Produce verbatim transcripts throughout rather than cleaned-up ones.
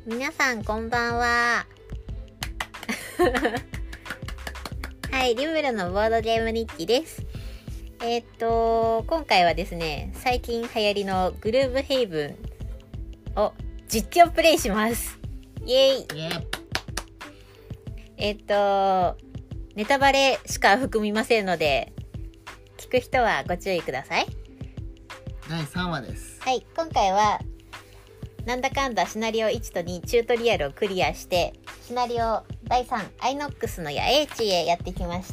皆さんこんばんははい、リムルのボードゲーム日記です。えー、っと今回はですね、最近流行りのグルーブヘイブンを実況プレイします。イエーイ。えー、っとネタバレしか含みませんので、聞く人はご注意ください。 だいさんわです。 はい、今回はなんだかんだシナリオいちとにチュートリアルをクリアして、シナリオだいさんアイノックスの野営地へやってきました。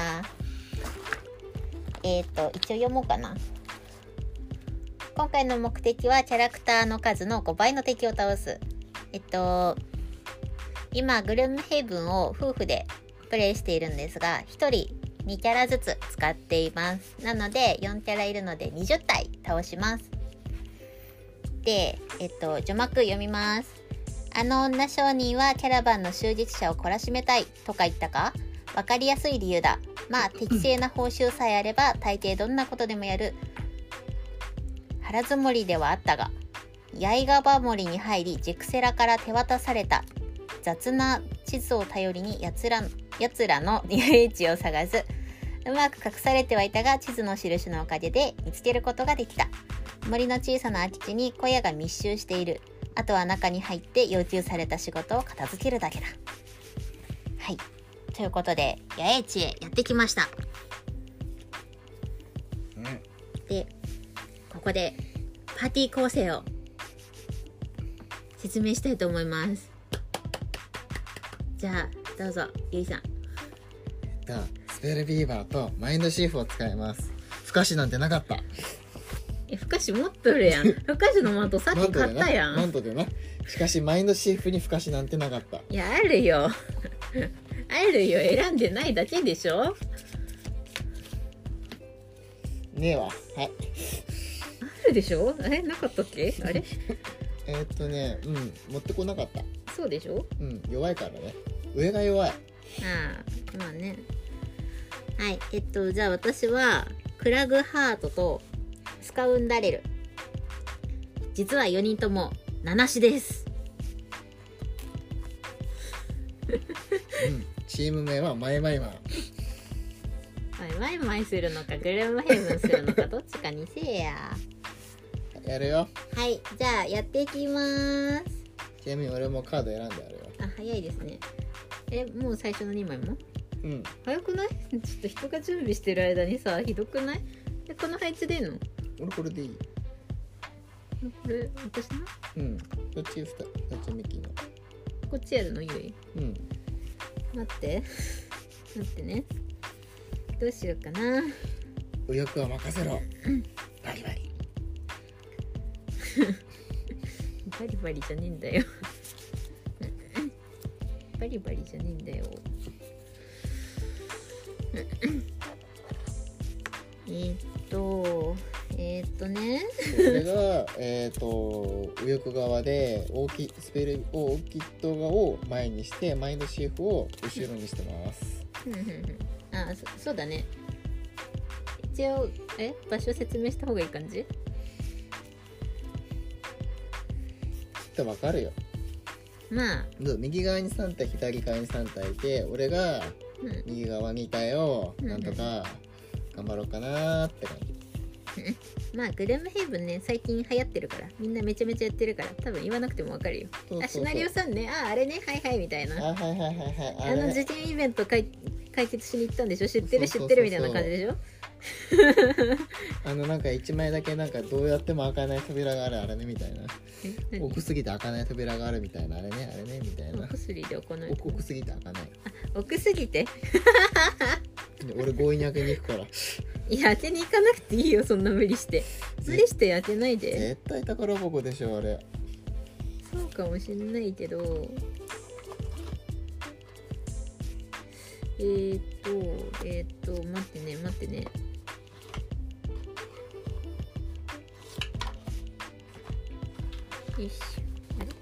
えっと一応読もうかな。今回の目的はキャラクターの数のごばいの敵を倒す。えっと今グルームヘイブンを夫婦でプレイしているんですが、ひとりにキャラずつ使っています。なのでよんキャラいるのでにじゅったい倒します。で、えっと序幕読みます。あの女商人はキャラバンの襲撃者を懲らしめたいとか言ったか？わかりやすい理由だ。まあ適正な報酬さえあれば大抵どんなことでもやる腹積もりではあったが、刃ヶ守りに入りジクセラから手渡された雑な地図を頼りにやつらやつらの野営地を探す。うまく隠されてはいたが、地図の印のおかげで見つけることができた。森の小さな空き地に小屋が密集している。あとは中に入って要求された仕事を片付けるだけだ。はい、ということで野営地へやってきました。 うん、 でここでパーティー構成を説明したいと思います。じゃあどうぞゆいさん。 スペルビーバーとマインドシーフを使います。不可視なんてなかった。 え、不可視持っとるやん。不可視のマントさっき買ったやん。 マントでな。しかしマインドシーフに不可視なんてなかった。 いや、あるよ。あるよ。選んでないだけでしょ。 ねえわ。はい。 あるでしょ。え、なかったっけ？あれえーっとね、うん、持ってこなかった。 そうでしょ。 うん、弱いからね。上が弱い。 ああ、まあね。はい、えっとじゃあ私はクラグハートとスカウンダレル、実はよにんともナナシです。 うん、チーム名はマイマイマン。 マイマイするのかグルームヘイブンするのかどっちかにせえや。 やるよ。 はい、じゃあやっていきます。 ちなみに俺もカード選んであるよ。 あ、早いですね。え、もう最初のにまいも？ うん、 早くない？ちょっと人が準備してる間にさ、ひどくない？え、この配置でいいの？ 俺これでいい。 これ私の？ うん、こっちふた、こっちミキの。 こっちやるのゆい？ うん。 待って待ってね、どうしようかな。 右翼は任せろ。バリバリバリバリじゃねえんだよバリバリじゃねえんだよえーっとえーっとねそれがえっと右翼側で大きスペルをオーキッドを前にしてマインドシーフを後ろにしてます。 あ、そ、そうだね。一応え場所説明した方がいい感じ？ きっとわかるよ。 まあ右側にさんたい左側にさんたいいて、俺がうん右側にいたよ、 うんなんとか頑張ろうかなーって感じ。 まあグルームヘイブンね、最近流行ってるから、みんなめちゃめちゃやってるから、多分言わなくてもわかるよ。 そうそうそう。 あ、シナリオさんね、あ、あれね、はいはいみたいな。 あ、はいはいはいはい。 あの受験イベント解解決しに行ったんでしょ、知ってる知ってるみたいな感じでしょ。 あのなんかいちまいだけなんかどうやっても開かない扉があるあれねみたいな。 え、 奥すぎて開かない扉があるみたいなあれねあれねみたいな。 お薬で行う。 奥奥すぎて開かない。 あ、奥すぎて俺強引に開けに行くから。 いや、当てに行かなくていいよ、そんな無理して無理して当てないで。 絶対宝箱でしょあれ。 そうかもしんないけど、えーっとえーっと待ってね待ってねよいしょ。あれ、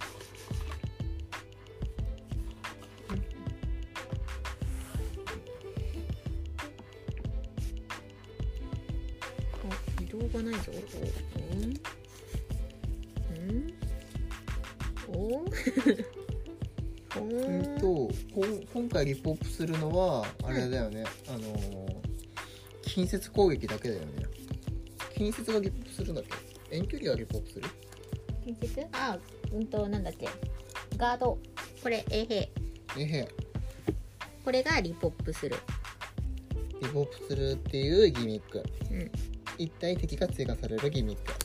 あ、移動がないぞ。うんうんおほーほうんーとこん今回リポープするのはあれだよね、あのー近接攻撃だけだよね。近接がリポープするんだっけ、遠距離がリポープする。 近接、あ、うんとなんだっけ、ガード、これ A 兵、 えへこれがリポップする。 リポープするっていうギミック、 うん、 一体敵が追加されるギミック、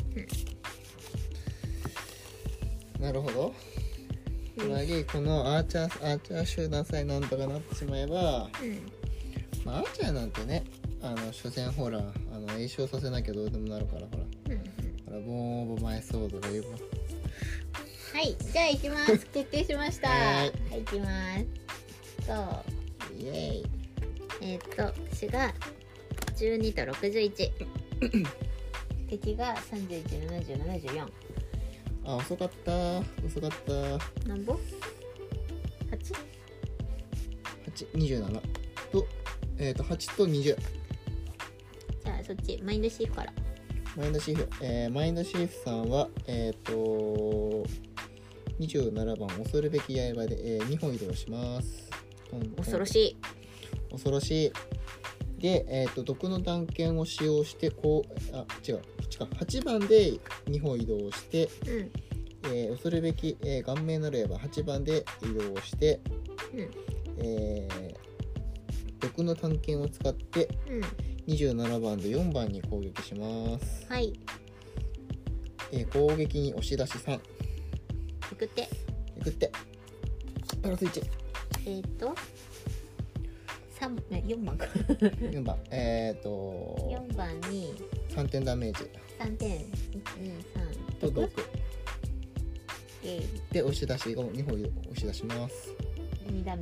うん、なるほど。つまりこのアーチャーアーチャー集団さえなんとかなってしまえば、 うん、 まあ、アーチャーなんてね、あの所詮ほらあの栄唱させなきゃどうでもなるから、ほらうんうん、 ほらボーンオブマイソードが言うわ。 はい、じゃあ行きます決定しました。 ははいい、行きます。そうイエーイ。 えー、っと私がじゅうにとろくじゅういち敵がさんじゅういち、ななじゅう、ななじゅうよん。 あ、遅かった遅かったはなんぼ ?はち? ち、にじゅうななと、えっ、ー、とはちとにじゅう。 じゃあそっちマインドシーフからマインドシーフ、えー、マインドシーフさんはえっ、ー、とにじゅうななばん恐るべき刃で、えー、にほん移動します。 恐ろしい。 恐ろしい。で、えー、と毒の断剣を使用してこうあ違うこっちかはちばんでにほん移動して、 うんえー、恐るべき、えー、顔面なる刃はちばんで移動して、 うんえー、毒の探検を使ってうんにじゅうななばんでよんばんに攻撃します。 はい、 えー、攻撃に押し出しさん。 いくっていくってプラスいち。 えっ、ー、とさんよんばんかよんばんえっ、ー、とよんばんにさんてんダメージさんてんいちにさんと毒えー、 で押し出しをにほん押し出します。 にだめ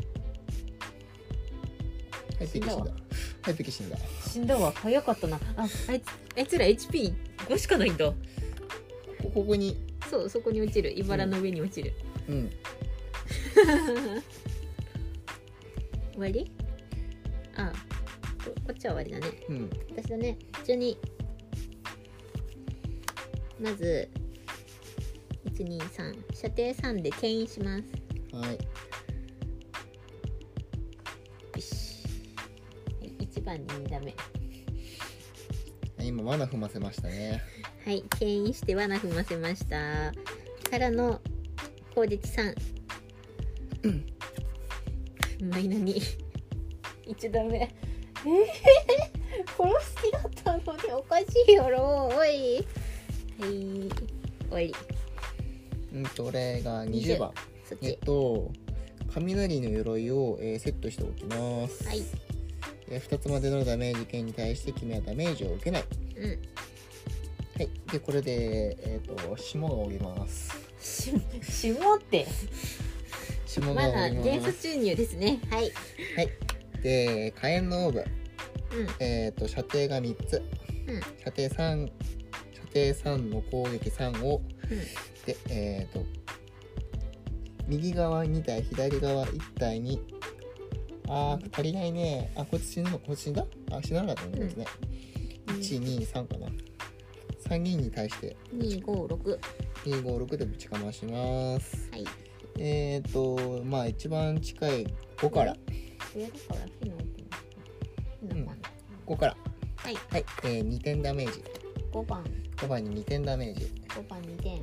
はいピキ死んだ。はいピキ死んだ。 死んだわ、早かったな。あ、あいつあいつら エイチピーご しかないんだ。 こここにそう、そこに落ちる。茨の上に落ちる。 うん終わり？あこ、こっちは終わりだね。 うん私だね。じゅうに。まずいちにさん射程さんで牽引します。 はいよし。いちばんににだめ。 今罠踏ませましたね。 はい、牽引して罠踏ませましたからの攻撃さん、うん、マイナにいちだめ。えー、殺す気だったのにおかしいよろおい。はい終わり。 うんとこれがにじゅうばん。 そっちえっと雷の鎧を、えー、セットしておきます。 はい、 えー、ふたつまでのダメージ剣に対して君はダメージを受けない。 うん、 はい、でこれで、えー、と霜が降ります。 し霜って霜まだが降ります。 元素注入ですね。はい、 はい、で火炎のオーブ、 うん、 えー、と射程がみっつ、 うん、 射程さん射程さんの攻撃さんを、 うん、 でえー、と右側に体左側いち体にあー足りないね。あこいつ死ぬのこいつ死んだあ死ななかったんですね、うん、いちにさんかな。さんにんに対してにごろくにごろくでぶちかまします。 はい、 えっ、ー、とまあ一番近いごから上だから火の火の、うん、 ごからはい、 はい、えー、にてんダメージ。 ごばんごばんににてんダメージ。 ごばんにてん。はい、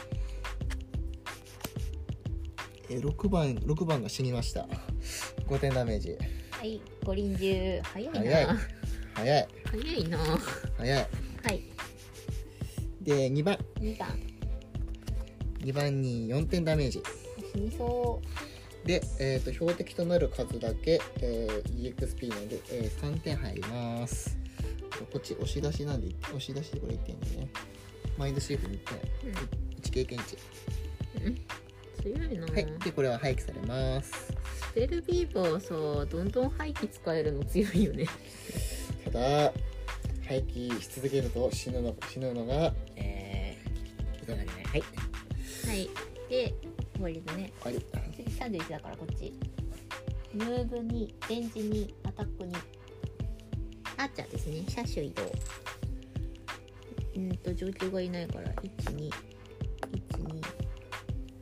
えー、ろくばんろくばんが死にました。ごてんダメージ。 はい、ご臨終早いな。 早い早い早いな。 早い。 はい。でにばんにばんにばんによんてんダメージ。 死にそうで、えー、と標的となる数だけ、えー、イーエックスピー なので、えー、さんてん入ります。こっち押し出しなんで押し出しでこれいってんだよね。マインドシーフにいってん、うん、いち経験値、 うん、強いな。 はい、でこれは廃棄されます。 スペルビーバーはさどんどん廃棄使えるの強いよね。 ただ廃棄し続けると死ぬの死ぬのが、えー、いただけない。はいはいで終わりだね。 終わり。 次さんじゅういちだからこっちムーブにレンジにアタックにアーチャーですね。車種移動うんと状況がいないからいちにいちに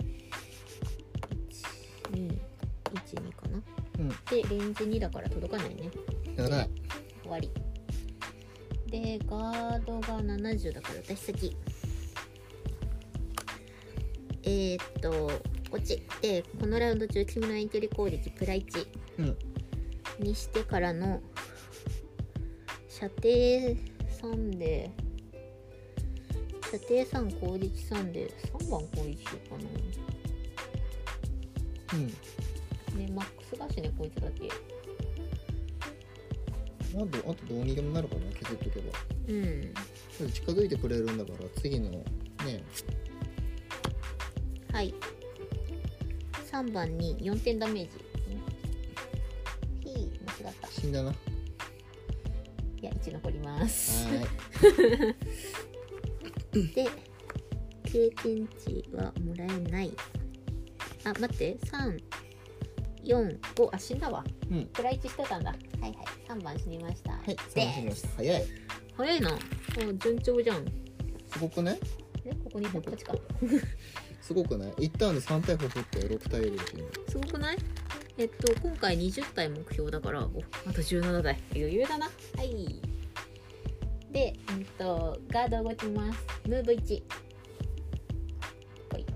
でレンジにだから届かないね。 やばい。 終わりで、ガードがななじゅうだから私先。えー、っとこっちで、このラウンド中君の遠距離攻撃プラいちにしてからの射程さんで、射程さん攻撃さんでさんばん攻撃しようかな。 うん。 ね、マックスだしね、こいつだけ。 あと、あとどうにでもなるからね、削っとけば。 うん。 だって近づいてくれるんだから、次のね。 はい。さんばんによんてんダメージ。ひー、間違った。 死んだな。 いや、いち残ります。 はーい。で、経験値はもらえない。あ、待って、さん、よん、ご、あ、死んだわ。 うん。 プラいちしてたんだ。はいはい。さんばん死にました。 はい、さんばん死にました。早い。 早いな。あ、順調じゃん。 すごくね。 え、ここにいた、こっちか。 すごくない？いちターンでさん体ほふってろく体いるうちに。 すごくない？えっと、今回にじゅったい目標だから、お、あとじゅうななたい。余裕だな。はい。で、えっと、ガード動きます。ムーブいち。ほい。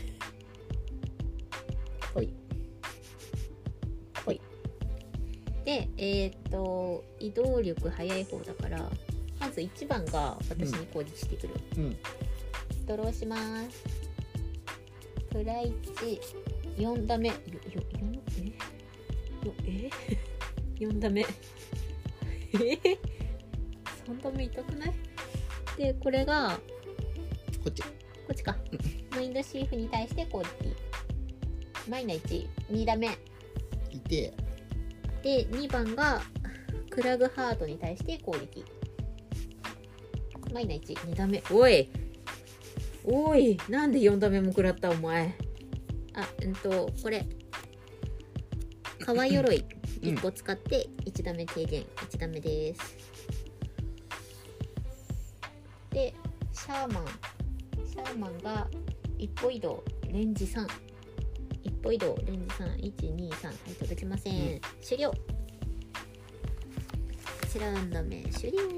ほい。ほい。で、えっと、移動力速い方だから、まずいちばんが私に攻撃してくる。 うん。 ドローします。プラいち、よんダメ。よ、よ、よん、えよ、えよんダメ。えさんダメ痛くない？で、これが、 こっち。 こっちか。マインドシーフに対して攻撃。マイナいち、にダメ。 いて。 で、にばんが、クラグハートに対して攻撃。マイナいち、にダメ。おいおい、なんでよんダメも食らったお前。あ、うんと、これ。革鎧いっこ使っていちダメ軽減。いちダメです。で、シャーマン。シャーマンが一歩移動、レンジさん。一歩移動、レンジさん。いち、に、さん。はい、届きません。うん、終了。こちらランダム終了。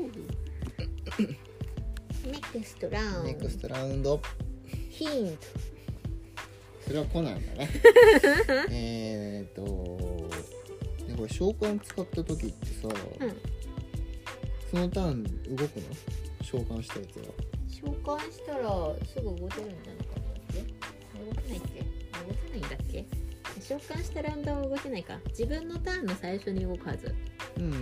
ネクストラウンド。 ネクストラウンド。 ヒント。 それは来ないんだね。えっと、ね、これ召喚使った時ってさ、うん、そのターン動くの？召喚したやつは。 召喚したらすぐ動けるんじゃなかったっけ？動けないっけ？動けないんだっけ？召喚したラウンドは動けないか。自分のターンの最初に動くはず。 うんうん。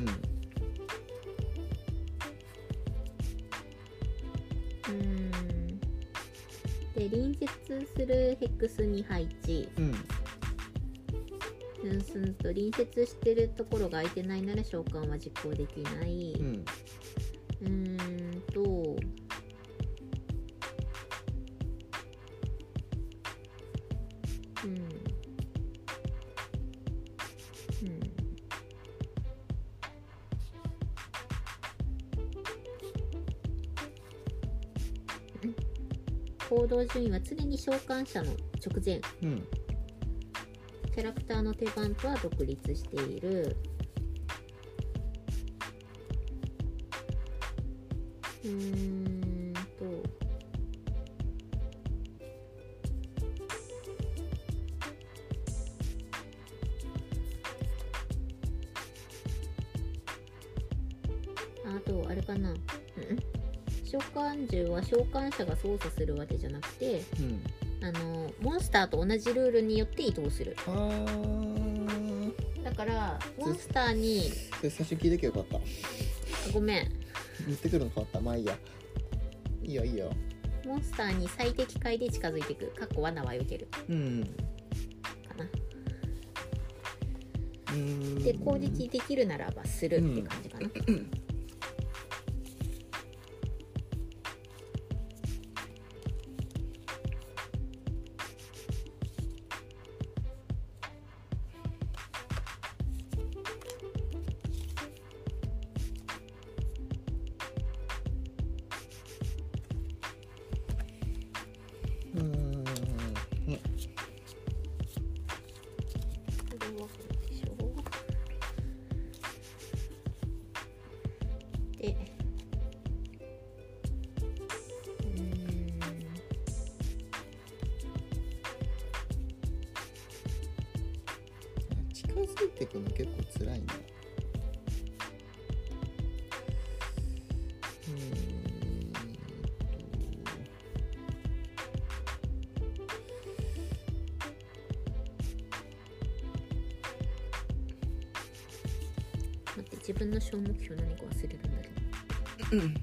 で、隣接するヘクスに配置、うん、うんすんと隣接してるところが空いてないなら召喚は実行できない。うん、うーんとうんうん行動順位は常に召喚者の直前、うん、キャラクターの手番とは独立している。うーんとあとあれかな、うん召喚獣は召喚者が操作するわけじゃなくて、うん、あのモンスターと同じルールによって移動する。あだからモンスターにそれ最初聞いてけばよかった。 ごめん言ってくるの変わった。まあいいや。いいよいいよ。 モンスターに最適解で近づいていく。かっこ罠は避ける。うん。かな。うーんで攻撃できるならばするって感じかな。うんづいてくの結構辛いな。うーんと待って、自分の小目標何か忘れるんだけど。 うん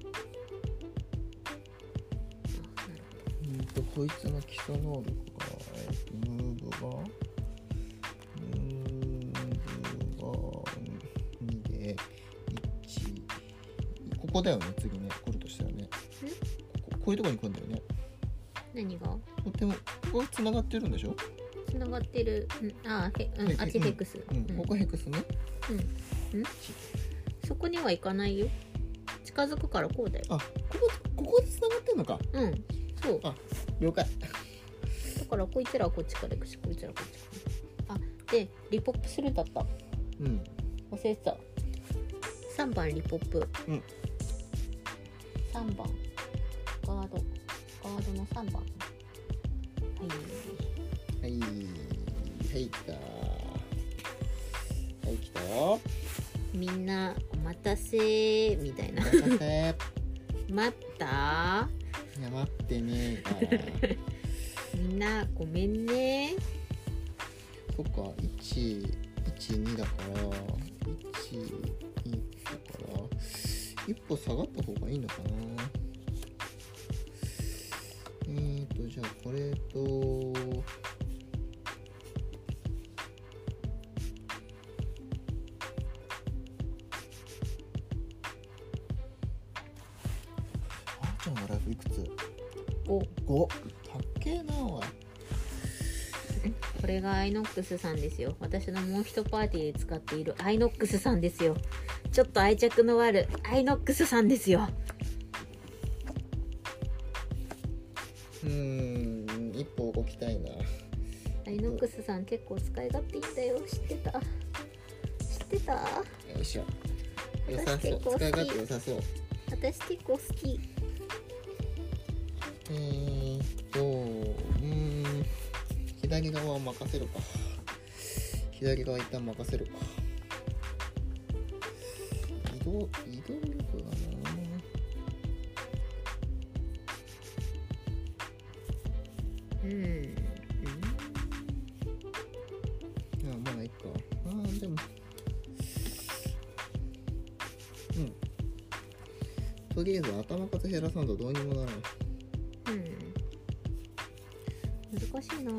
あ、なるほうんとこいつの基礎能力が、えー、とムーブがムーブがにでいち、ここだよね。次ね来るとしたらね、こここういうとこに来るんだよね。 ど。何がとてもここ繋がってるんでしょ。 つながってる。んあーへ、うん、あっちヘックス。 うん、ここヘクスね。 うん。んそこには行かないよ。近づくからこうだよ。 あ、ここここで繋がってんのか。 うん。そう。 あ、了解。 だからこいつらはこっちから行くし、こいつらはこっちから。あ、で、リポップするんだった。 うん忘れてた。さんばんリポップ。 うん。 さんばんガード。ガードのさんばん。はい。 はいはい来たはい来たよ。 みんなお待たせみたいな。 待たせ待ったいや待ってねえからみんなごめんね。 そっか、いち、いち、にだからいち、にだから一歩下がった方がいいのかな。えーとじゃあこれとあーちゃんのライフいくつ？ お、 ご。たっけえなおい。 これがアイノックスさんですよ。私のもう一パーティーで使っているアイノックスさんですよ。ちょっと愛着のあるアイノックスさんですよ。 うーん一歩動きたいな。 アイノックスさん結構使い勝手いいんだよ。知ってた？知ってた？ よいしょ。良さ私そう。 結構好き使い勝手良さそう。 私結構好き。 えーっとうーん左側を任せるか。左側一旦任せるか。移動移動力だな。 うんうんいやまだいいか。あーでもうんとりあえず頭数減らさんとどうにもならない。 うん、難しいな。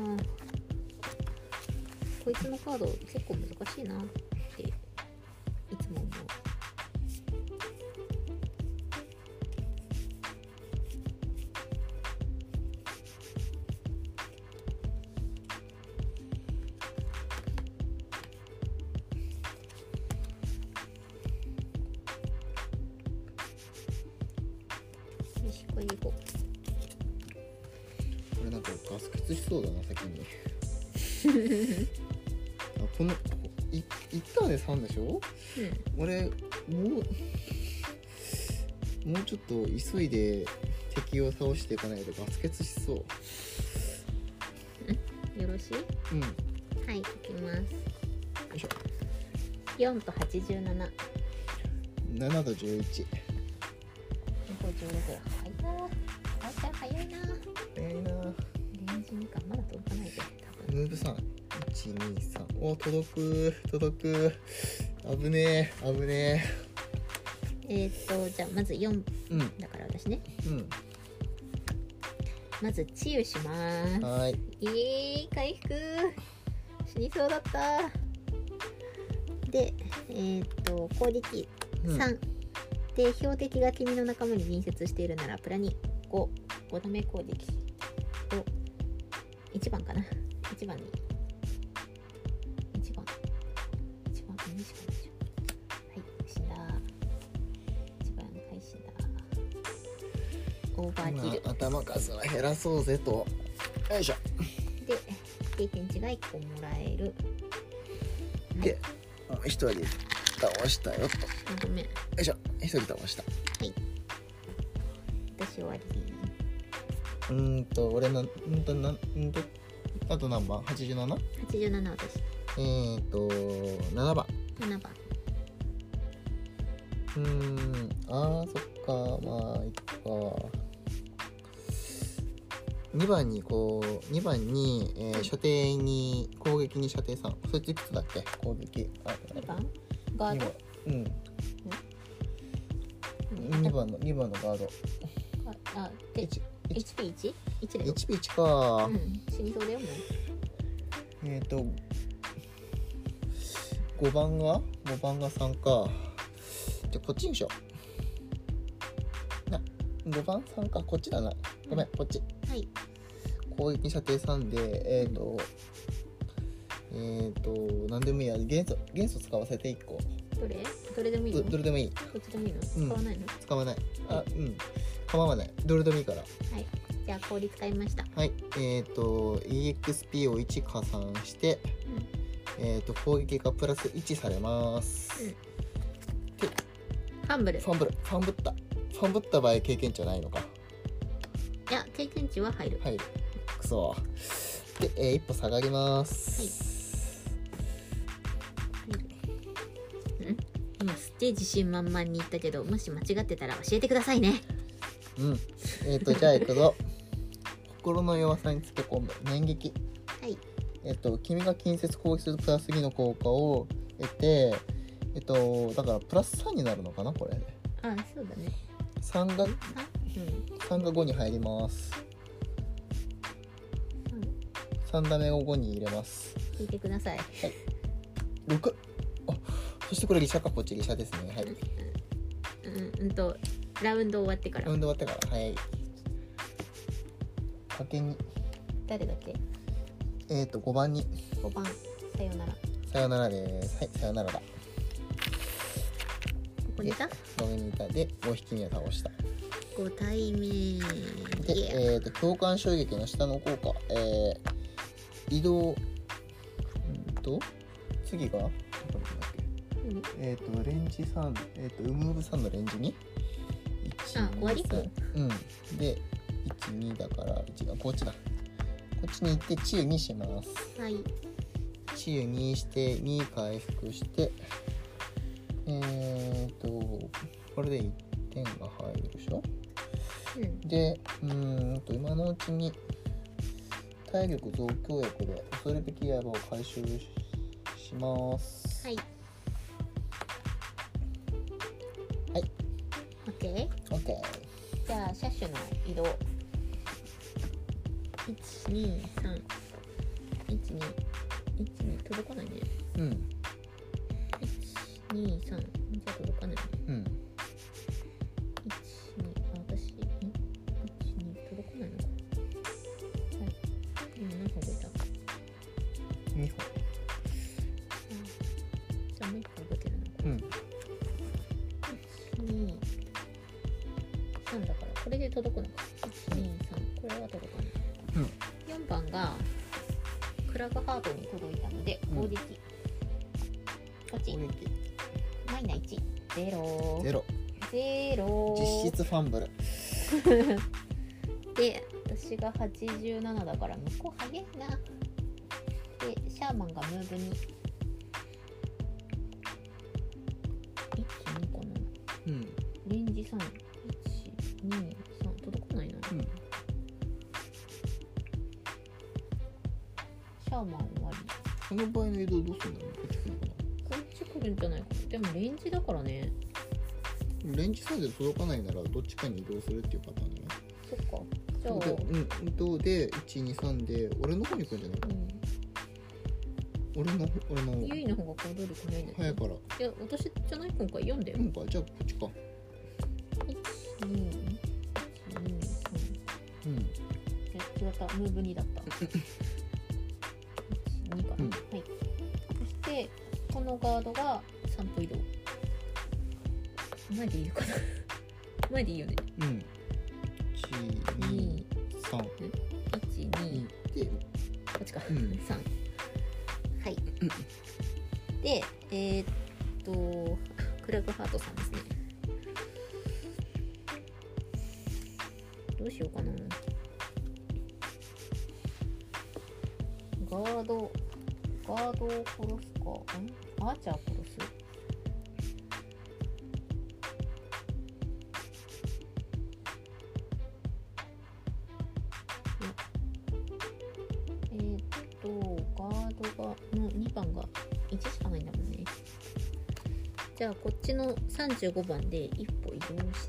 こいつのカード結構難しいなっていつも思う。よし、これでいこう。 これなんかガス欠しそうだな先にあこのいいったでさんでしょ。 うん、 俺もうもうちょっと急いで敵を倒していかないとガス欠しそう。 よろしい？ うんよはい、いきます。 いしょ。 よんとはちじゅうなな。 ななとじゅういち。 ごじゅうろく。早いな。あいちゃん早いな。 早いな。 レンジにかまだ届かないで多分。 ムーブさんいちにさん。お届く届く。危ねえ危ねえーっとじゃあまずよんえ。うんだから私ね。 うんまず治癒します。 はーい。 いい回復。死にそうだった。でえーっと攻撃うんさん、で標的が君の仲間に隣接しているならプラにご、ご度目攻撃といちばんかな。いちばんにいちばんいちばんにしかないでしょ。はい死んだ。いちばんはい死んだ。オーバーキル今頭数は減らそうぜと。よいしょ。 で経験値がいっこもらえる。 で一人倒したよと。 あごめんよいしょ。一人倒した。 私終わり。 うーんと俺なうんとなんうんとあと何番 ?はちじゅうなな？ はちじゅうなな私。 えーとななばん。 ななばん。 うーん、あーそっか、まあいっか。にばんにこうにばんに、えー、射程に攻撃に射程さん。そいついくつだっけ？攻撃。あ、 にばんガード。 うん。にばんのにばんのガード。 あ、あ、で エイチピーいち？ いち だよ。 エイチピーいち か。 うん、死にそうだよもう。 えっ、ー、とごばんがごばんがさんか。じゃあこっちにしよう。なごばんさんか、こっちだな。ごめん、こっち。 はい。 攻撃射程さんで、えっ、ー、とえっ、ー、と何でもいいや。元素元素使わせていっこ。 どれ？どれでもいいの？ ど, どれでもいい。 どっちでもいいの？使わないの？ 使わない。あ、うん。構わない。どれでもいいから。 はい。じゃあ氷使いました。 はい。えっ、ー、と イーエックスピー をいち加算して、うん、えっ、ー、と攻撃がプラスいちされます。うん、で、 ファンブル。 ファンブル。ファンブった。ファンブった場合経験値はないのか。 いや、経験値は入る。 入る。くそ。で、えー、一歩下がります。 はい。うん。今すっげえ自信満々に言ったけど、もし間違ってたら教えてくださいね。 うん。えっ、ー、とじゃあ行くぞ。心の弱さにつけ込む念撃。 はい。 えっ、ー、と君が近接攻撃するプラスにの効果を得て、えっ、ー、とだからプラスさんになるのかなこれで。 あ、そうだね。 さんが、うん、さんがごに入ります。うん、さんダメをごに入れます。 聞いてください。はい。 ろく。あ、そしてこれリシャか、こっちリシャですね。はい。 うん、うん、うんとラウンド終わってから。 ラウンド終わってから、はい。かけに。 誰だっけ？ えっ、ー、とごばんに。 ごばん。さよなら。 さよならです。はい、さよならだ。 ここにいた？ ここにいた。で、ごひきめ倒した。 ご対面で、えーと共感衝撃の下の効果、えー、移動、うんと次がどこだっけ、うん、えっ、ー、とレンジさん、えっ、ー、とムーブさんのレンジにいち、 あ、終わり？ うんでいち、にだからいちがこっちだ。こっちに行って治癒にします。 はい。 治癒にしてに回復してえっ、ー、とこれでいってんが入るでしょ。うん、で、うーんと今のうちに体力増強薬で恐るべき刃を回収 し, します。 はい。 はい。 オッケー。 オッケー。 じゃあ車種の移動。いち、に、さん。いち、に、いち、に届かないね。 うん。いち、に、さん。じゃあ届かないね。うん。 にほん。 じゃあもういっこ動けるのか。うん。いち、に、さんだからこれで届くのか。いち、に、さん。これは届かない。うん。よんばんがクラグハートに届いたので攻撃。うん、こっち。攻撃。マイナいち。ゼロ。 ゼロ。 ゼロ。 実質ファンブル。 で、私がはちじゅうななだから向こう早いな。で、シャーマンがムーブにいち、にかな。うん。レンジさん、いち、に、さん届かないな。うん。シャーマン終わり。 この場合の移動どうするんだろう。こっち来るかな。 こっち来るんじゃないかな。でもレンジだからね。 レンジサイズで届かないならどっちかに移動するっていうパターンね。 そっか。じゃあ。 うん。移動でいち、に、さんで俺の方に来るんじゃないかな。うん、俺の俺のゆいの方が行動力早いんだよ。 早いから。いや、私じゃない今回よんだよ。 うんか、じゃあこっちか。 いち、に、いち、に、さん。うん。え、違った。ムーブにだった。いち、にかな、うん。はい。そしてこのガードがさん歩移動。前でいいかな。前でいいよね。うん。いち、に、さん。いち、にでこっちか。うん、さん。はい。で、えー、っとクラグハートさんですね。どうしようかな。ガードガガードを殺すか。んアーチャー殺す。えー、っとガードがのにばんがいちしかないんだもんね。じゃあこっちのさんじゅうごばんで一歩移動して、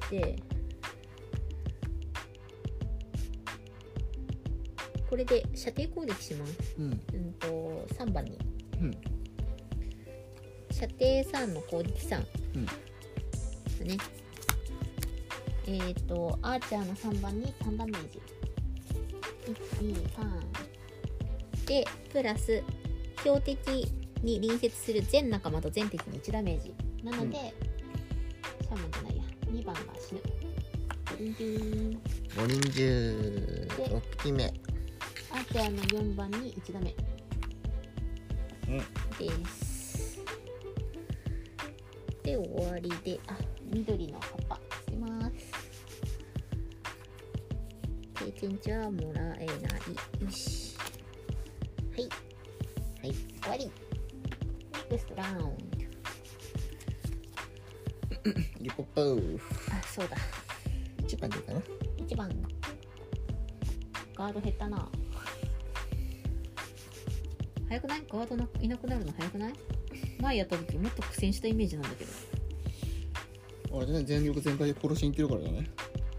これで射程攻撃します。 うん、 うんとさんばんに、 うん、 射程さんの攻撃さん、 うん、 だね。えっ、ー、とアーチャーのさんばんにさんダメージ、いち、に、さんでプラス標的に隣接する全仲間と全敵にいちダメージなので、うん、シャーマンじゃないや、にばんが死ぬ。ご臨終ご臨終ろっぴきめ。 アーチャーのよんばんにいちダメ、うん、ですで終わりで、あ、緑の葉っぱつけます。経験値はもらえない。よし、はいはい、終わり。ネクストラウンドリポッパー。 あ、そうだ、 いちばんでいいかな。 いちばんガード減ったな。早くない？ガードないなくなるの早くない？前やった時もっと苦戦したイメージなんだけど。 あれじゃない、全力全開で殺しに行ってるからだね。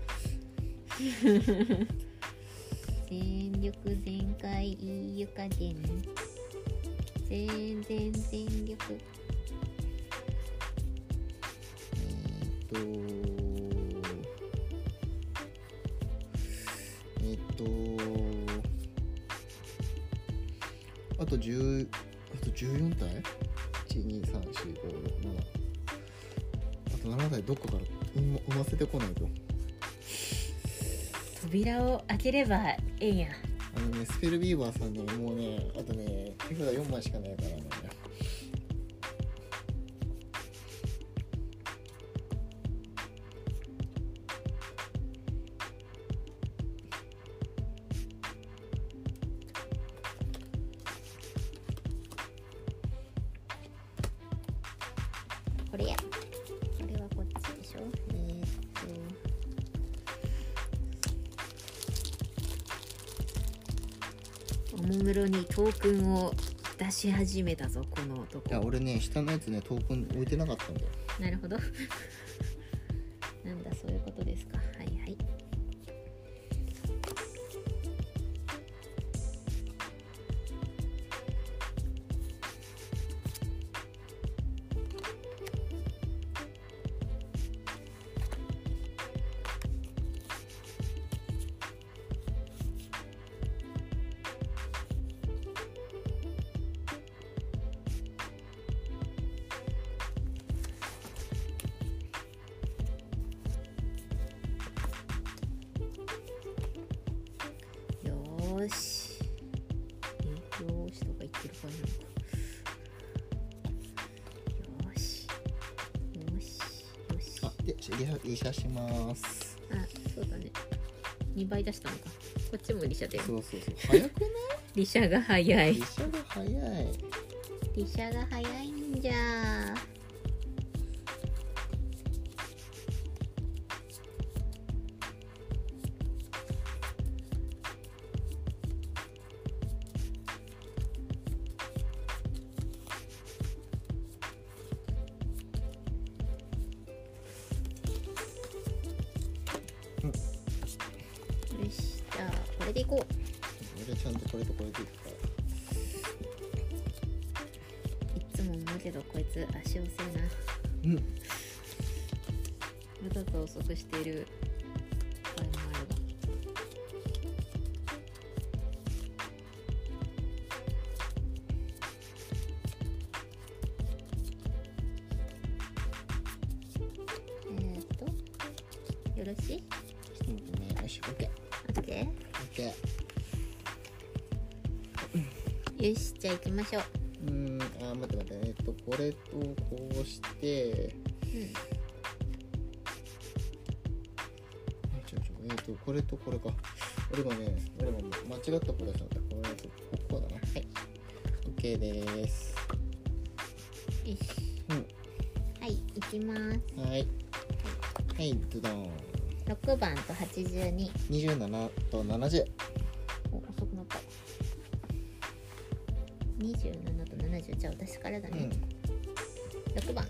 全力全開いい湯加減、全然全力。 えーっとえーっとあとじゅう、あとじゅうよん体 ?いち、に、さん、よん、ご、ろく、なな。あとなな体どっかから産ま、産ませてこないと。 扉を開ければええんや。 あのね、スペルビーバーさんね、もうね、あとね、手札よんまいしかないからね。 これや。これはこっちでしょ。えー、っと。おもむろにトークンを出し始めたぞ、この男。 いや、俺ね、下のやつね、トークン置いてなかったんだよ。 なるほど。なんだ、そういうことですか。はいはい。よーし、え、よーしとか言ってる場合なのか。よーし、よし、よし。 あ、で、リハ、リハします。 あ、そうだね。にばい出したのか。こっちもリシャだよ。 そうそうそう。早くない？ リシャが早い。 リシャが早い。 リシャが早いんじゃー。よし、じゃあこれでいこう。 俺ちゃんとこれとこれでいくか。 いつも思うけどこいつ足遅いな。 うん。 わざと遅くしている場合もあるが。えーっとよろしい？ ちょっと待ってね。よし、オッケー。 オッケー？ オッケー。よし、じゃあ行きましょう。 うーん、あ、待って待って、えっと、これとこうして、 うん。 あ、ちょちょ、えっと、これとこれか。俺もね、俺も間違った子出したんだ。これとここだな。はい。オッ OK です。 よし、 うん、 はい、いきます。 はいはい、ドドン。 ろくばんとはちじゅうに。 にじゅうななとななじゅう。 お、遅くなった。にじゅうななとななじゅう、じゃあ私からだね。うん、ろくばん。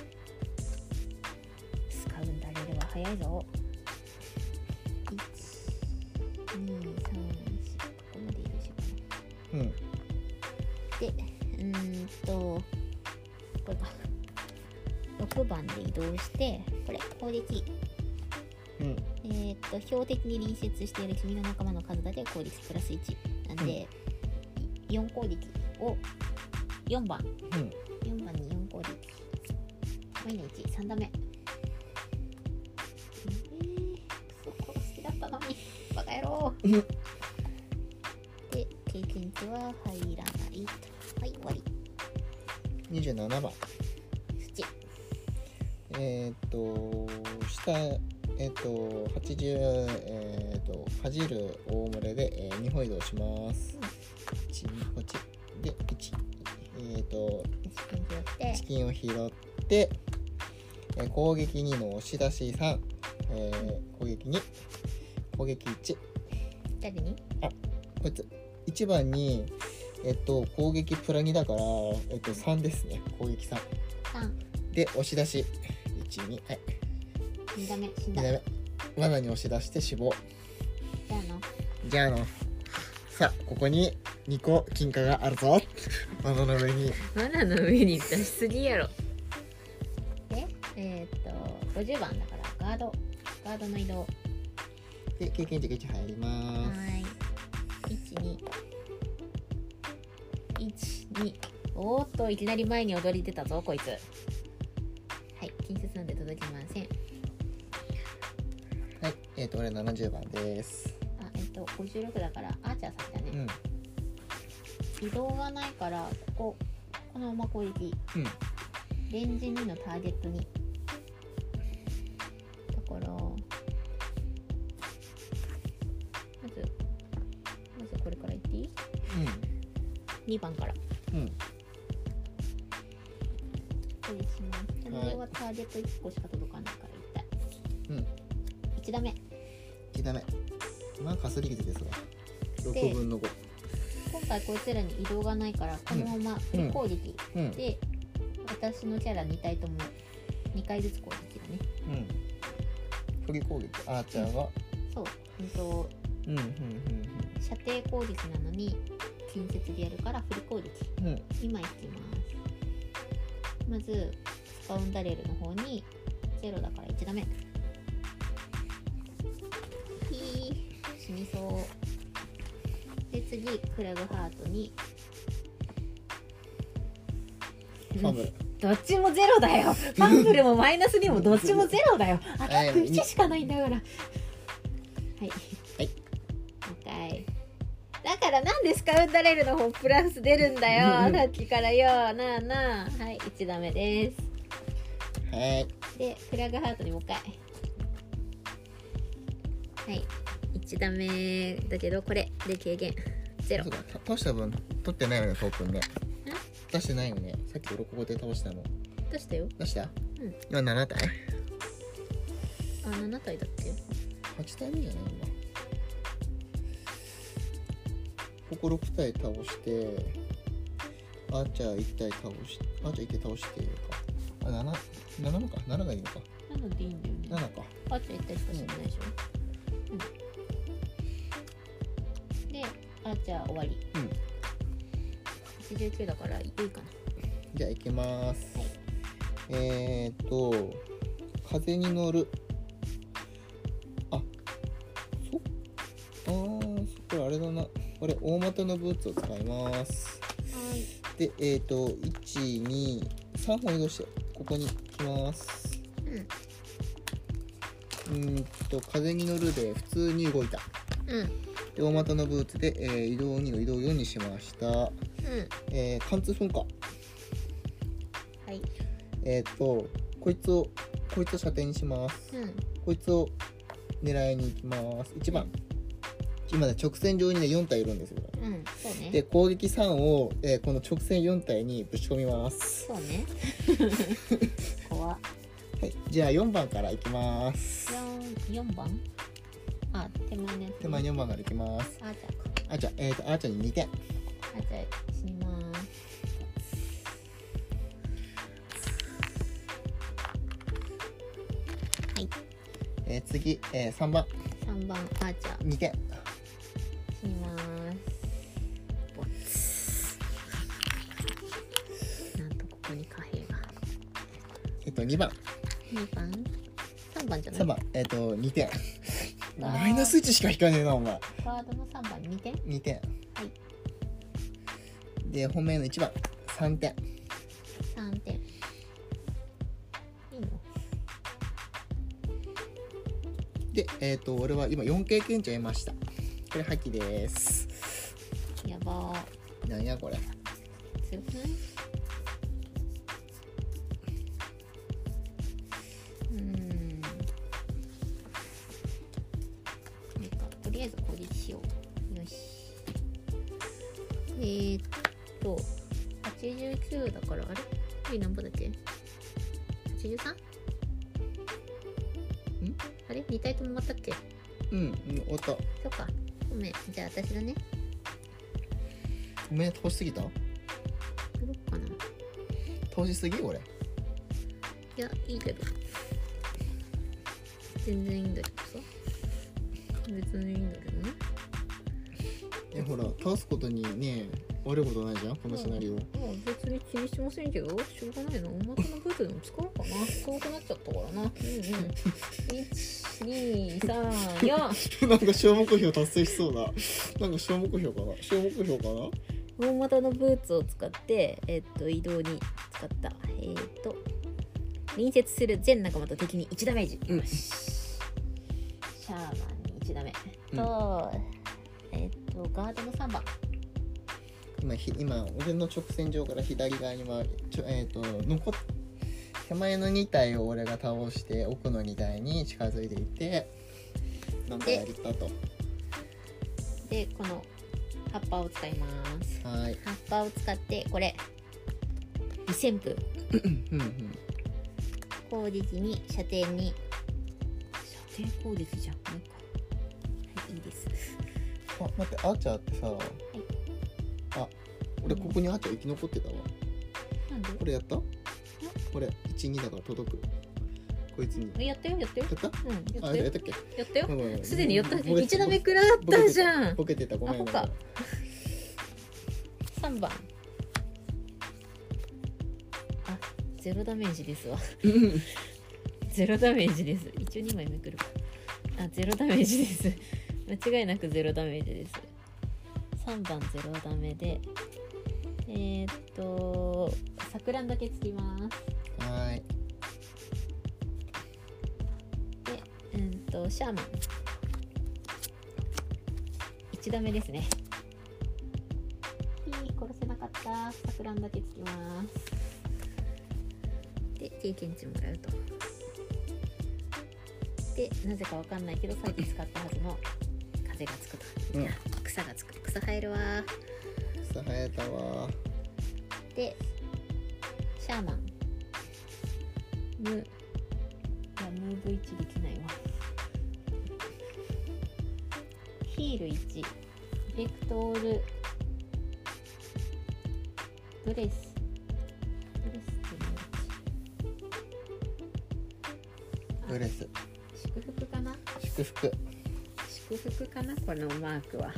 スカウンダレルは早いぞ。いち、に、さん、よん、ここまで移動しようかな。うん。で、うーんと、これか。ろくばんで移動して、これ、攻撃。うん、えー、っと標的に隣接している君の仲間の数だけ攻撃プラスいちなんで、うん、よん攻撃をよんばん、うん、よんばんによん攻撃マイナいち、さんダメ。えー、クソ殺す気だったのにバカ野郎で経験値は入らないと。はい、終わり。 にじゅうななばん土。えー、っと下えっ、ー、とはちじゅう、えっ、ー、と恥じる大群れで、えー、にほん移動します。いち、にこっちでいち、えっ、ー、とチキンを拾って、えー、攻撃にの押し出しさん、えー、攻撃に攻撃いち。 誰に？ あ、こいついちばんにえっ、と攻撃プラにだから、えっ、とさんですね。攻撃さん。 さんで押し出しいち、に、はい。 にダメ、死んだ。 罠に押し出して死亡。 じゃあのじゃあのさあここににこ金貨があるぞ罠の上に。 罠の上に出しすぎやろ。でえー、っとごじゅうばんだからガードガードの移動で経験値がいち入ります。 はい、いち、に いち、に。おーっといきなり前に踊り出たぞこいつ。はい、近接なんで届きません。 はい、えっ、ー、と俺ななじゅうばんです。 あ、えっ、ー、とごじゅうろくだからアーチャー先だね、うん、移動がないからこここのまま攻撃、うん、レンジにのターゲットにだからまずまずこれからいっていい？うん、にばんから、うん、これします。これはターゲットいっこしか届かないから痛い。うん、いちダメ。 いちダメ。まあかすり傷ですわ。ろくぶんのご。 今回こいつらに移動がないからこのままフル攻撃、うんうん、で私のキャラに体ともにかいずつ攻撃だね。 うん。フル攻撃。アーチャーが。 そう。うんと。うんうんうんうん。射程攻撃なのに近接でやるからフル攻撃。うん。今いきます。まずスカウンダレルの方にゼロだからいちダメ。死にそうで次クラグハートにファンブル、 どっちもゼロだよ。ファンブルもマイナスにもどっちもゼロだよ。アタックいちしかないんだから。はいはいはい。だからなんでスカウンダレルの方プラス出るんだよさっきからよ。なあなあ。はい、いちダメです。 はいでクラグハートにもう一回。はいいちダメだけどこれで軽減ゼロ。 倒した分取ってないよねトークンね。出してないよね。さっき俺ここで倒したの。 出したよ。 出した？うん。今ななたい。 あ、ななたいだっけ？ はちたいめじゃないんだ。こころくたい倒してアーチャーいちたい倒してアーチャーいちたい倒してか。あ、なな、ななか。なながいいのか。 ななでいいんだよね。 ななか。 アーチャーいちたいしか死んでないでしょ。うん。で、アーチャー終わり。うん。はちじゅうきゅうだからいいかな。 じゃあ行きます。はい、えーっと風に乗る。あ、そっあーそこれあれだな。これ大股のブーツを使います。 はい。 で、えーっといち、に、さんほん移動してここに来ます。うん。うんと風に乗るで普通に動いた。うん。で大股のブーツで、えー、移動にの移動よんにしました。うん。えー、貫通噴火。はい。えっ、ー、とこいつをこいつを射程にします。うん。こいつを狙いに行きます。いちばん。 今ね直線上にねよん体いるんですよ。 うんそうね。 で攻撃さんを、えーこの直線よん体にぶち込みます。 そうね。怖っ。 はい、じゃあよんばんからいきます。 四四番？あ、手前のやつ、ね。 手前によんばんからいきます。 あーちゃんか。 あーちゃん、えっ、ー、とあーちゃんににてん。 あーちゃん死にます。はい。 えー、次、えー、さんばん。 三番あーちゃんにてん。 死にます。ボツ。なんとここに貨幣が。 えっ、ー、とにばん。 にばん？さんばんじゃない？ さんばん、えっ、ー、とにてん。 あーマイナスいちしか引かねえなお前。 ガードのさんばんにてん？ にてん。 はい。 で本命のいちばんさんてん。 さんてん。いいの？ でえっ、ー、と俺は今よん経験値得ました。これ破棄です。 やばー。 なんやこれ。 強くない？うーん。なんかとりあえず攻撃しよう。よし。えー、っとはちじゅうきゅうだからあれ？これ何歩だっけ？はちじゅうさん？ん？あれ？に体とも終わったっけ？ うんうん終わった。 そっか。ごめん。じゃあ私だね。 ごめん通しすぎた？ どうかな。 通しすぎ俺。 いやいいけど。全然いいんだけどさ。別にいいんだけどね。 えほら倒すことにね悪いことないじゃんこのシナリオ。 もう別に気にしませんけど、しょうがないな。おまけのブーツでも使おうかな。遠くなっちゃったからな。うんうん。いち、に、さん、よん。 なんか小目標達成しそうだ。なんか小目標かな小目標かな。 大股のブーツを使ってえっと移動に使った。えっと隣接する全仲間と敵にいちダメージ。 うんよし。シャーマンにいちダメ。と、えっとガードのさんばん。 今ひ今俺の直線上から左側にはちょえっ、ー、と残っ手前のに体を俺が倒して奥のに体に近づいていってなんかやりたと。 でこの葉っぱを使います。 はい。 葉っぱを使ってこれ微旋風うんうん攻撃に射程に射程攻撃じゃん。なんかはいいいです。 あ待ってあーちゃんってさ、 いあ俺ここにあーちゃん生き残ってたわ。 なんで？ これやった？これいち、にだから届くこいつに。 やったよやったよ。 やった？ うんやあったよやったっけ？ やったよ。 ごめんごめんすでにやった。 ボケいちダメくらったじゃん。 ボケてたごめんごめん。 アホか。さんばん。あ、ゼロダメージですわ。ゼロダメージです。一応にまいめくるか。あ、ゼロダメージです。間違いなくゼロダメージです。さんばんゼロダメで、えー、っとさくらんだけつきます。 はい。 で、うんとシャーマンいちダメですね。ひー殺せなかった。さくらんだけつきます。で経験値もらうと。でなぜかわかんないけどさっき使ったはずの風がつくと、 うん、 草がつく。草生えるわ。 草生えたわ。 でシャーマンムいやムーブいちできないわ。ヒールいちエフェクトールブレスブレスってブレス祝福かな。 祝福祝福かなこのマークは。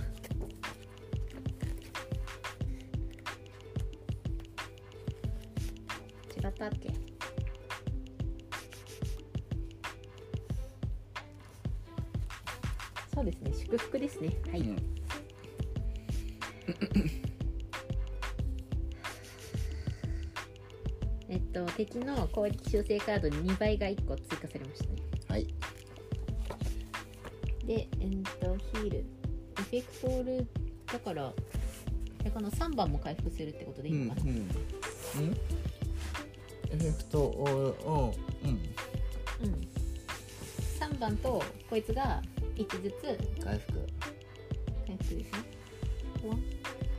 違ったっけ。そうですね祝福ですね。はい、うんえっと敵の攻撃修正カードににばいがいっこ追加されましたね。 はい。 で、えっとヒールエフェクトールだからこのさんばんも回復するってことでいいのかな。 うんうん、うん、エフェクトをうんうんさんばんとこいつがいちずつ回復クですね。ワンワン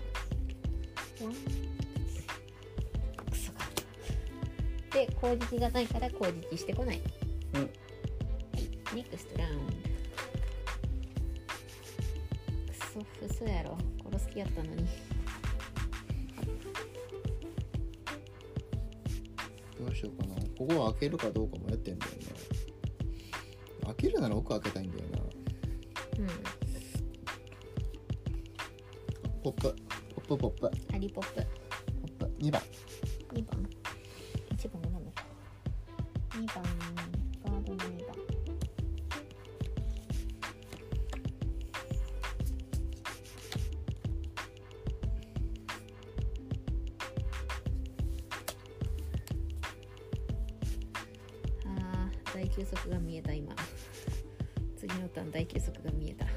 クソがで攻撃がないから攻撃してこない。 うん。 はい、ネクストラウンド。クソ不そうやろ、殺す気やったのに。 どうしようかな。ここを開けるかどうかもやってんだよね。開けるなら奥開けたいんだよな。 うん。 ポップポップポップハリポップポップにばん。 にばんいちばんが何だか。にばんガードのにばん。あー大休息が見えた。今次のターン大休息が見えた。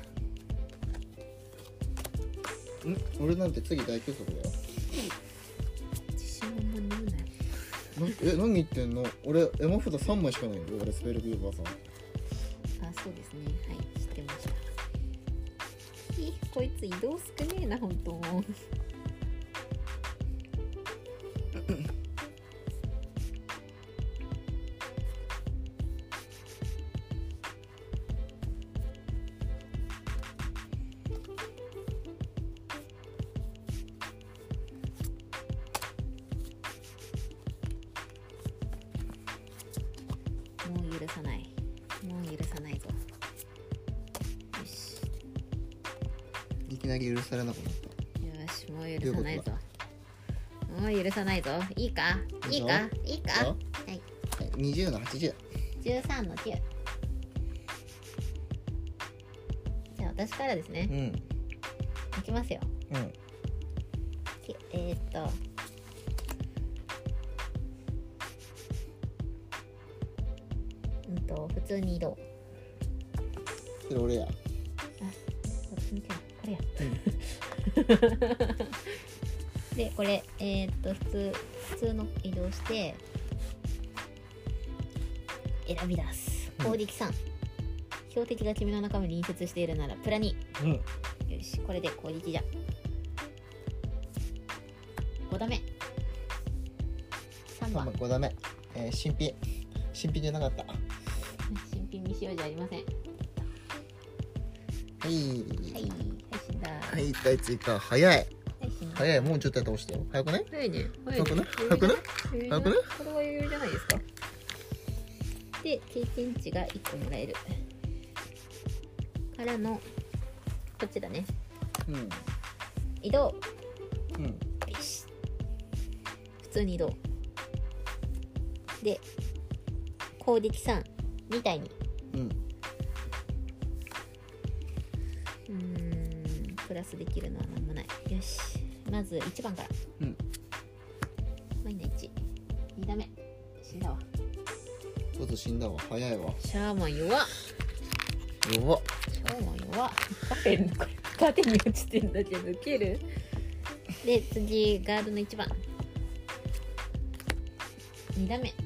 ん俺なんて次大休息だよ。 自信満々に言うなよ。 え、何言ってんの。俺山札さんまいしかないんだよ。俺スペルビューバーさん。 あ、そうですね。はい、知ってました。ひこいつ移動少ねえな、ほんと。もう許さない。もう許さないぞ。よし。 いきなり許されなくなった。 よし、もう許さないぞ。もう許さないぞ。いいかいいかいいかはい。 にじゅうのはちじゅう。 じゅうさんのきゅう。じゃあ私からですね。 うん。 いきますよ。 うん。 きえー、っと。うんと、普通に移動。 それ俺や。 あ、普通にこれや。 うん、 で、これ、えー、っと、普通、普通の移動して、選び出す。攻撃さん。標的が君の中身に隣接しているなら、プラに。 うん。 よし、これで攻撃じゃ。ごダメ。さんばん。 ごダメ。えー、新品。新品じゃなかった。 新品未使用じゃありません。 はい。 はい、はい、死んだ。 はい、一回追加。早い。 はい、死んだ。 早い。もうちょっとやって押してよ。早くね。 早いね。 早くね。早くね。早くね。 これは余裕じゃないですか。で、経験値がいっこもらえる。からの、こっちだね。 うん。 移動。 うん。 よし。普通に移動。で、攻撃さんみたいに。 うん。 うーん、プラスできるのはなんもない。よし。まずいちばんから。 うん。 マイナいち。にダメ。死んだわ。 ちょっと死んだわ。早いわ。 シャーマン弱っ。 弱っ。 シャーマン弱っ。カフェのこれ縦に落ちてんだけど、ウケる。で、次、ガードのいちばん。にダメ。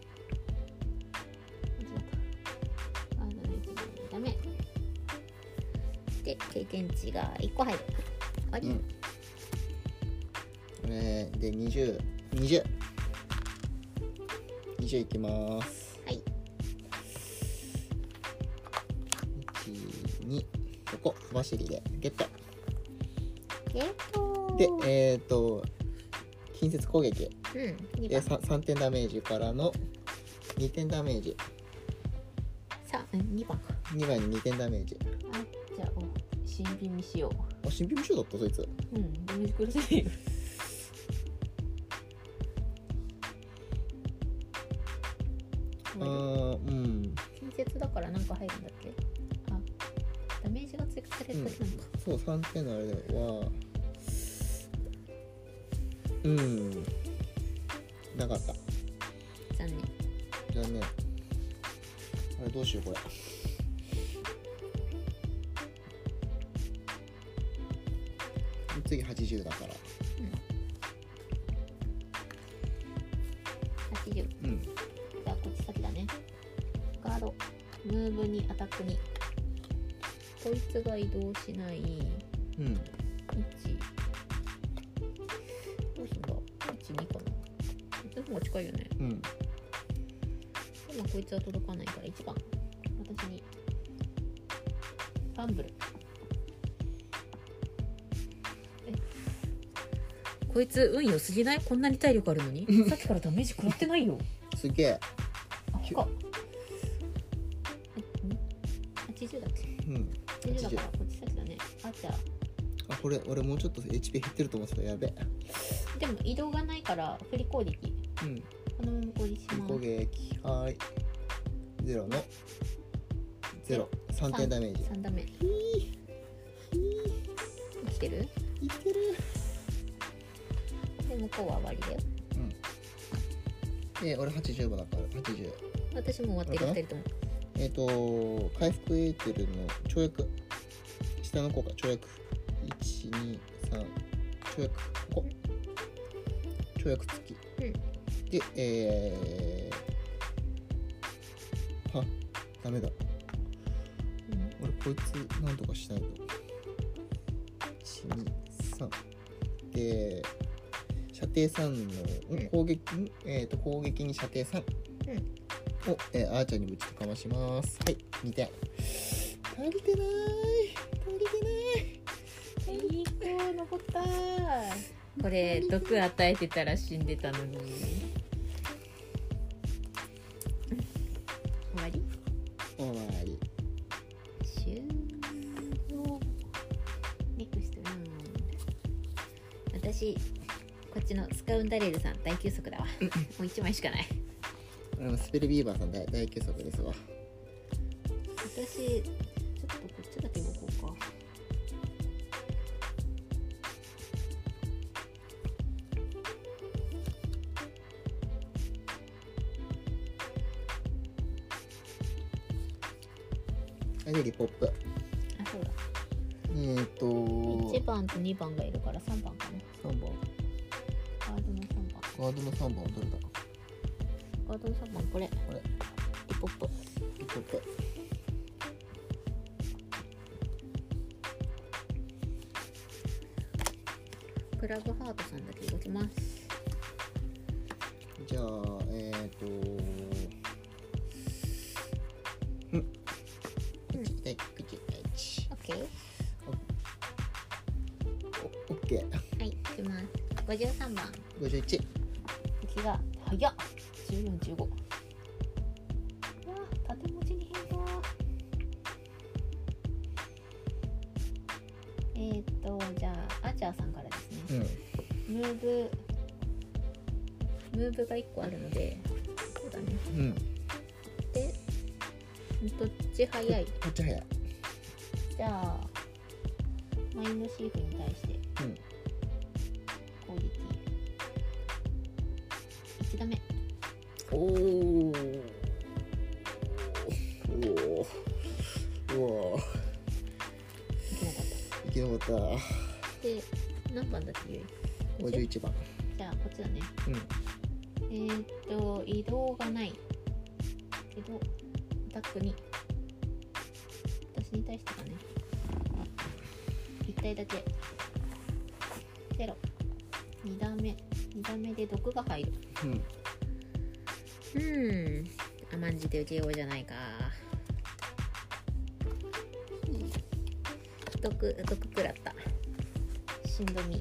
ガードのいちばん、にダメ。で、経験値がいっこ入る。終わり。 うん。これでにじゅう。にじゅう。にじゅういきます。 はい。 いち、に、ここ、バシリでゲット。 ゲットで、えっ、ー、と、近接攻撃。 うん、にで、 ばん。 さんてんダメージからのにてんダメージ。 さあ、にばんか。 にばんににてんダメージ。 あ、じゃあ、お新品にしよあ、新品無償だったそいつ。 う。うん、ダメージ苦しいよ。 あー、うん。 近接だからなんか入るんだっけ。あ、ダメージが追加されるだけなんだ。 そう、さんてんのあれは、うん、なかった。 残念。 じゃあね、あれどうしようこれ。次はちじゅうだから。 はちじゅう。 うん。 じゃあこっち先だね。ガード、ムーブにアタックに。こいつが移動しない。 うんいちどうすんだいち、にかな。こっちの方が近いよね。 うんでもこいつは届かないからいちばん私にファンブル。えこいつ運良すぎない？こんなに体力あるのにさっきからダメージ食らってないよ。 すげえ。 あ、ほかはちじゅうだっけ。 うんはちじゅうだからこっち先だね。あ、じゃああ、これ俺もうちょっと エイチピー 減ってると思ってた。やべ。 でも移動がないから振り攻撃。 うんこのまま攻撃します。 攻撃はーいゼロのゼロさんてんダメージ。 さんダメ。生きてる？ いってる。 で向こうは終わりだよ。 うんで俺はちじゅうばだからはちじゅう。 私も終わってる。ふたりとも。 えっ、と回復エーテルの跳躍下の効果跳躍いちにさん跳躍ここ跳躍付き、 うん、 でえー、はダメだ、 うん、 俺こいつなんとかしないと。いちにさんで射程さんの、うん、攻撃、えー、と攻撃に射程さんうんを、えー、アーチャーにぶちかまします。はいにてん。足りてない足りてない。 いい子残ったー。これ毒与えてたら死んでたのに。終わり？ 終わり。 終了。ネクストラウンド。私こっちのスカウンダレルさん大休息だわ。もういちまいしかない。 俺もスペルビーバーさん大大休息ですわ。 私ちょっとこっちだけ動こうか。 あれリポップ。 あ、そうだ。 えっ、といちばんとにばんがいるからさんばんかな。 さんばん。 ガードのさんばん。 ガードのさんばんはどれだ。 ガードのさんばんこれ。 これリポップ。 リポップ。 クラブハートさんだけ動きます。 じゃあえっ、とうん口大口大ち。 オッケー。 オッケー。 はい、いきます。ごじゅうさんばん。 ごじゅういち。 敵が早っ。じゅうよん、じゅうご。うわ、縦文字に変化。えーっとじゃあアーチャーさんからですね。 うん。 ムーブムーブがいっこあるので、そうだね。 うん。 で、どっち早い？ こっち早い。 じゃあマインドシーフに対してうん攻撃いちダメ。 おおおおおいけなかっいけなかった。 た。で、何番だっけ？ゆいごじゅういちばん。 じゃあこっちだね。 うんえー、っと移動がないけどアタックに私に対してだね。いち体だけゼロ。に段目に段目で毒が入る。 うんうーん、甘んじて受けようじゃないか。毒毒食らった。しんどみ。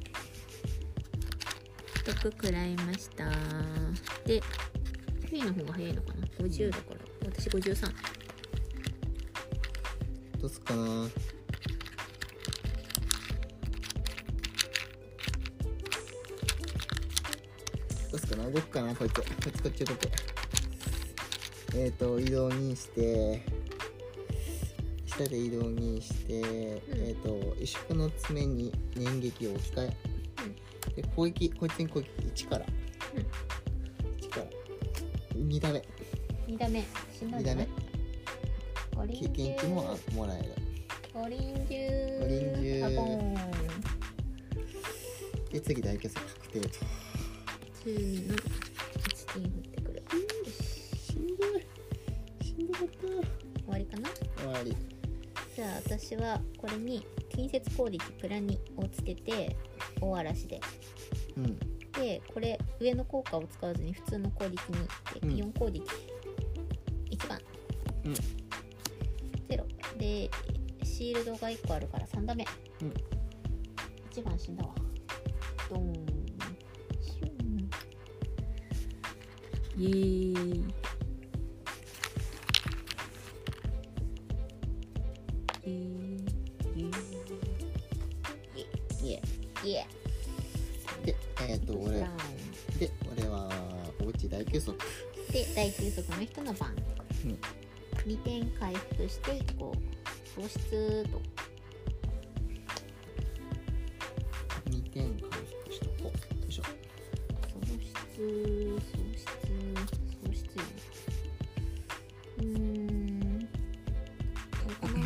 毒食らいました。で、フィーの方が早いのかな。ごじゅうだから、私ごじゅうさん。 どうすっかな。どうすっかな。動くかなこいつ。こいつこっち動く。えっ、ー、と移動にして下で移動にして、うん、えっ、ー、と萎縮の爪に年撃を置き換え、うん、で攻撃こいつに攻撃いちから、うん、いちからにダメにダメしんどいにダメ経験値ももらえる。 五輪銃五輪銃あボーンで次大決戦確定とじゅうにのいちティーン振ってくる。 しんどいしんどかった。 終わりかな。 終わり。 じゃあ私はこれに近接攻撃プラにをつけて大嵐で、 うん、 でこれ上の効果を使わずに普通の攻撃に行って、 うん、 よん攻撃いちばん、 うん、 ゼロでシールドがいっこあるからさん打目、うん、いちばん死んだわ。ドーンシュンイエーイで、 えっと俺で俺はおうち大休息で大休息の人の番、 うん、 にてん回復していこう。喪失とにてん回復しとこう。よいしょ。 喪失喪失喪失よね。うーんどうかな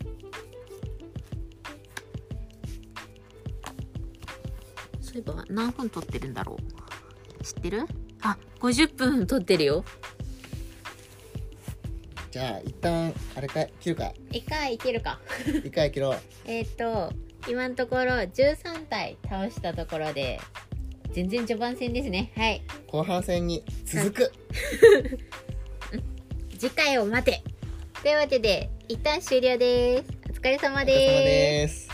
そういえば何分撮ってるんだろう、知ってる？あ、ごじゅっぷん撮ってるよ。 じゃあ一旦あれか切るか。 一回いけるか。 一回切ろう。 えっと今のところじゅうさん体倒したところで全然序盤戦ですね。はい。 後半戦に続く。 次回を待て。というわけで一旦終了です。お疲れ様です。 お疲れ様です。